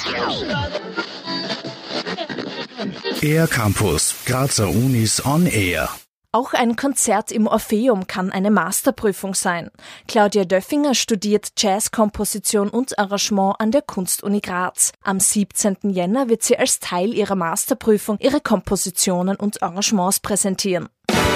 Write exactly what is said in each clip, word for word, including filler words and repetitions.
Air Campus, Grazer Unis on Air. Auch ein Konzert im Orpheum kann eine Masterprüfung sein. Claudia Döffinger studiert Jazzkomposition und Arrangement an der Kunstuni Graz. Am siebzehnten Jänner wird sie als Teil ihrer Masterprüfung ihre Kompositionen und Arrangements präsentieren.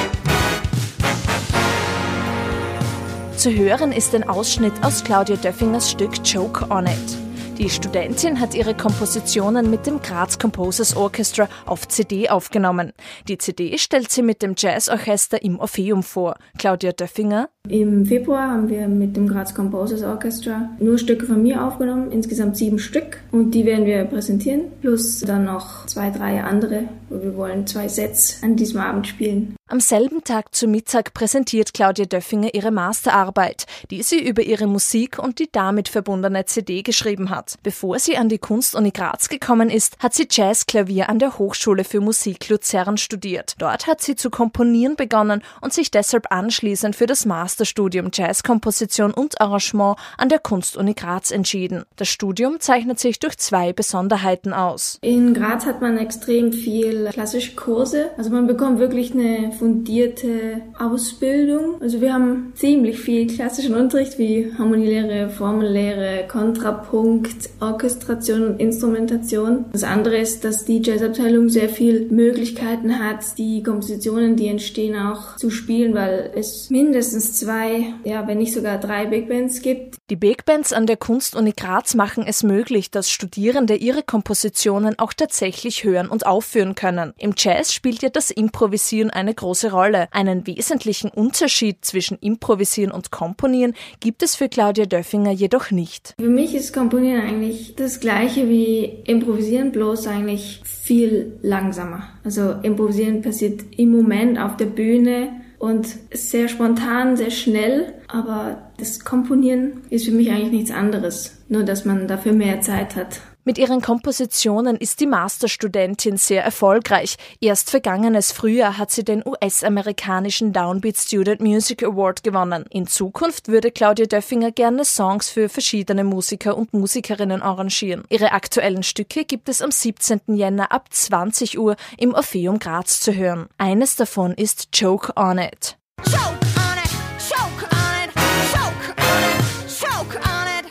Zu hören ist ein Ausschnitt aus Claudia Döffingers Stück Choke on It. Die Studentin hat ihre Kompositionen mit dem Graz Composers Orchestra auf C D aufgenommen. Die C D stellt sie mit dem Jazzorchester im Orpheum vor. Claudia Döffinger: Im Februar haben wir mit dem Graz Composers Orchestra nur Stücke von mir aufgenommen, insgesamt sieben Stück. Und die werden wir präsentieren, plus dann noch zwei, drei andere. Und wir wollen zwei Sets an diesem Abend spielen. Am selben Tag zu Mittag präsentiert Claudia Döffinger ihre Masterarbeit, die sie über ihre Musik und die damit verbundene C D geschrieben hat. Bevor sie an die Kunstuni Graz gekommen ist, hat sie Jazzklavier an der Hochschule für Musik Luzern studiert. Dort hat sie zu komponieren begonnen und sich deshalb anschließend für das Masterstudium Jazzkomposition und Arrangement an der Kunstuni Graz entschieden. Das Studium zeichnet sich durch zwei Besonderheiten aus. In Graz hat man extrem viel klassische Kurse, also man bekommt wirklich eine fundierte Ausbildung. Also wir haben ziemlich viel klassischen Unterricht wie Harmonielehre, Formellehre, Kontrapunkt, Orchestration und Instrumentation. Das andere ist, dass die Jazzabteilung sehr viel Möglichkeiten hat, die Kompositionen, die entstehen, auch zu spielen, weil es mindestens zwei, ja, wenn nicht sogar drei Big Bands gibt. Die Big Bands an der Kunstuni Graz machen es möglich, dass Studierende ihre Kompositionen auch tatsächlich hören und aufführen können. Im Jazz spielt ja das Improvisieren eine große Rolle. Einen wesentlichen Unterschied zwischen Improvisieren und Komponieren gibt es für Claudia Döffinger jedoch nicht. Für mich ist Komponieren eigentlich das Gleiche wie Improvisieren, bloß eigentlich viel langsamer. Also Improvisieren passiert im Moment auf der Bühne und ist sehr spontan, sehr schnell, aber das Komponieren ist für mich eigentlich nichts anderes, nur dass man dafür mehr Zeit hat. Mit ihren Kompositionen ist die Masterstudentin sehr erfolgreich. Erst vergangenes Frühjahr hat sie den U S-amerikanischen Downbeat Student Music Award gewonnen. In Zukunft würde Claudia Döffinger gerne Songs für verschiedene Musiker und Musikerinnen arrangieren. Ihre aktuellen Stücke gibt es am siebzehnten Jänner ab zwanzig Uhr im Orpheum Graz zu hören. Eines davon ist Choke on It. Choke on it, choke on it, choke on it, choke on it,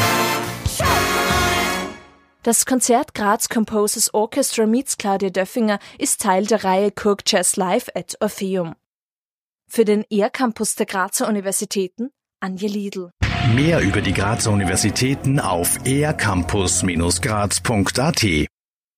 choke on it. Das Konzert Graz Composers Orchestra meets Claudia Döffinger ist Teil der Reihe Cook Jazz Live at Orpheum. Für den Air Campus der Grazer Universitäten, Anja Liedl. Mehr über die Grazer Universitäten auf air campus Bindestrich graz Punkt a t.